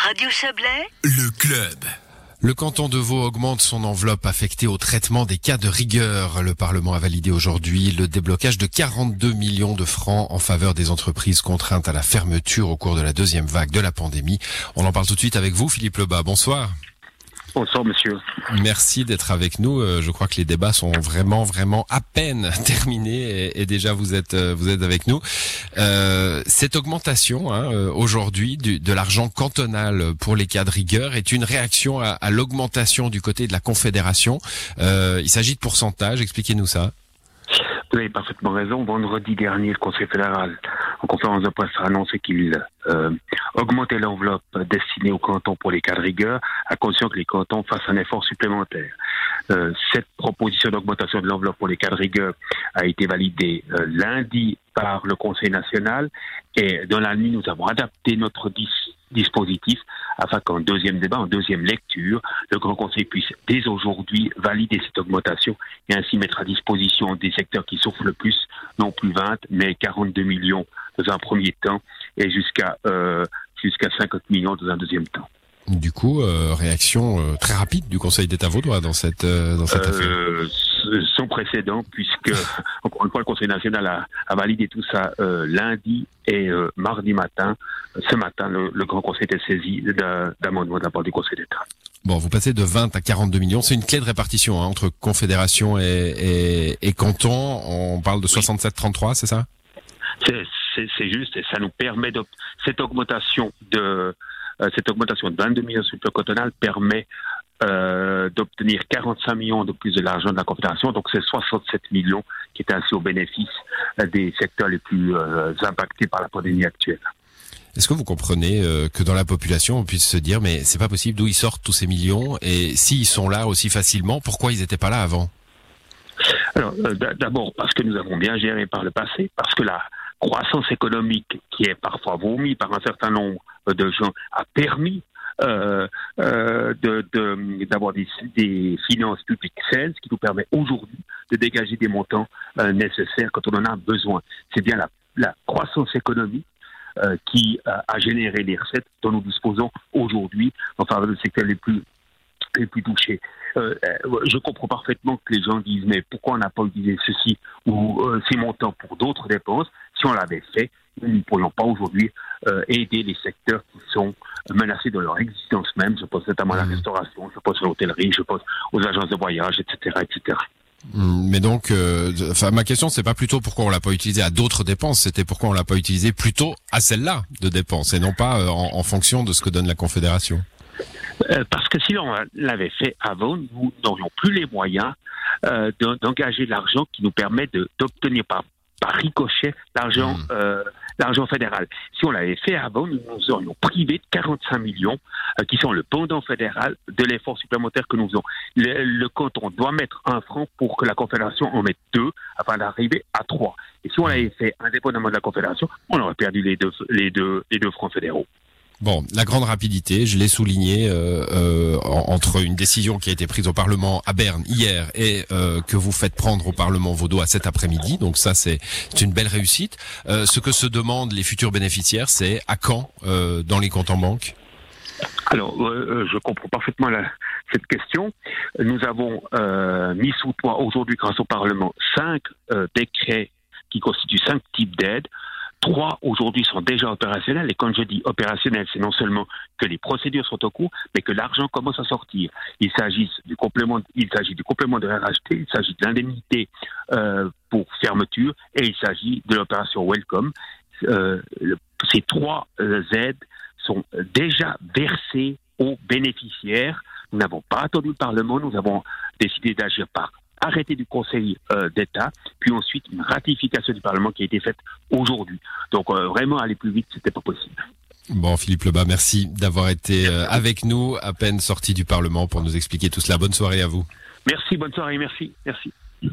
Radio Chablais, le club. Le canton de Vaud augmente son enveloppe affectée au traitement des cas de rigueur. Le Parlement a validé aujourd'hui le déblocage de 42 millions de francs en faveur des entreprises contraintes à la fermeture au cours de la deuxième vague de la pandémie. On en parle tout de suite avec vous, Philippe Lebas. Bonsoir. Bonsoir, monsieur. Merci d'être avec nous. Je crois que les débats sont vraiment à peine terminés et déjà vous êtes avec nous. Cette augmentation aujourd'hui de l'argent cantonal pour les cas de rigueur est une réaction à l'augmentation du côté de la Confédération. Il s'agit de pourcentage. Expliquez-nous ça. Vous avez parfaitement raison. Vendredi dernier, le Conseil fédéral, en conférence de presse, a annoncé qu'il augmentait l'enveloppe destinée aux cantons pour les cas de rigueur, à condition que les cantons fassent un effort supplémentaire. Cette proposition d'augmentation de l'enveloppe pour les cas de rigueur a été validée lundi par le Conseil national et dans la nuit, nous avons adapté notre dispositif afin qu'en deuxième débat, en deuxième lecture, le Grand Conseil puisse dès aujourd'hui valider cette augmentation et ainsi mettre à disposition des secteurs qui souffrent le plus, non plus 20, mais 42 millions dans un premier temps et jusqu'à 50 millions dans un deuxième temps. Du coup, réaction très rapide du Conseil d'État vaudois dans cette affaire. Sans précédent, puisque, encore une fois, le Conseil national a validé tout ça lundi et mardi matin. Ce matin, le Grand Conseil était saisi d'amendement de la part du Conseil d'État. Bon, vous passez de 20 à 42 millions. C'est une clé de répartition entre Confédération et canton. On parle de 67-33, c'est ça ? C'est juste, et ça nous permet cette augmentation de 22 millions sur le plan cantonal permet d'obtenir 45 millions de plus de l'argent de la Confédération. Donc c'est 67 millions qui est ainsi au bénéfice des secteurs les plus impactés par la pandémie actuelle. Est-ce que vous comprenez que dans la population on puisse se dire mais c'est pas possible, d'où ils sortent tous ces millions, et s'ils sont là aussi facilement, pourquoi ils n'étaient pas là avant ? Alors d'abord parce que nous avons bien géré par le passé, parce que la croissance économique qui est parfois vomi par un certain nombre de gens a permis d'avoir des finances publiques saines, ce qui nous permet aujourd'hui de dégager des montants nécessaires quand on en a besoin. C'est bien la croissance économique qui a généré les recettes dont nous disposons aujourd'hui en faveur des secteurs les plus touchés. Je comprends parfaitement que les gens disent mais pourquoi on n'a pas utilisé ceci ou ces montants pour d'autres dépenses. Si on l'avait fait, nous ne pourrions pas aujourd'hui aider les secteurs qui sont menacés de leur existence même. Je pense notamment à la restauration, je pense à l'hôtellerie, je pense aux agences de voyage, etc., etc. Mais donc, ma question, c'est pas plutôt pourquoi on l'a pas utilisé à d'autres dépenses, c'était pourquoi on l'a pas utilisé plutôt à celle-là de dépenses et non pas en fonction de ce que donne la Confédération. Parce que si on l'avait fait avant, nous n'aurions plus les moyens d'engager de l'argent qui nous permet d'obtenir par ricochet l'argent fédéral. Si on l'avait fait avant, nous nous aurions privé de 45 millions qui sont le pendant fédéral de l'effort supplémentaire que nous faisons. Le canton doit mettre 1 franc pour que la Confédération en mette 2 afin d'arriver à 3. Et si on l'avait fait indépendamment de la Confédération, on aurait perdu les deux francs fédéraux. Bon, la grande rapidité, je l'ai souligné, entre une décision qui a été prise au Parlement à Berne hier et que vous faites prendre au Parlement vaudois cet après-midi. Donc ça, c'est une belle réussite. Ce que se demandent les futurs bénéficiaires, c'est à quand dans les comptes en banque ? Alors, je comprends parfaitement cette question. Nous avons mis sous toit aujourd'hui, grâce au Parlement, 5 décrets qui constituent 5 types d'aides. 3 aujourd'hui sont déjà opérationnels, et quand je dis opérationnels, c'est non seulement que les procédures sont au cours, mais que l'argent commence à sortir. Il s'agit du complément de RHT, il s'agit de l'indemnité pour fermeture, et il s'agit de l'opération Welcome. Ces 3 aides sont déjà versées aux bénéficiaires. Nous n'avons pas attendu le Parlement, nous avons décidé d'agir par arrêté du Conseil d'État, puis ensuite une ratification du Parlement qui a été faite aujourd'hui. Donc vraiment aller plus vite, c'était pas possible. Bon, Philippe Lebas, merci d'avoir été avec nous, à peine sorti du Parlement, pour nous expliquer tout cela. Bonne soirée à vous. Merci, bonne soirée, merci.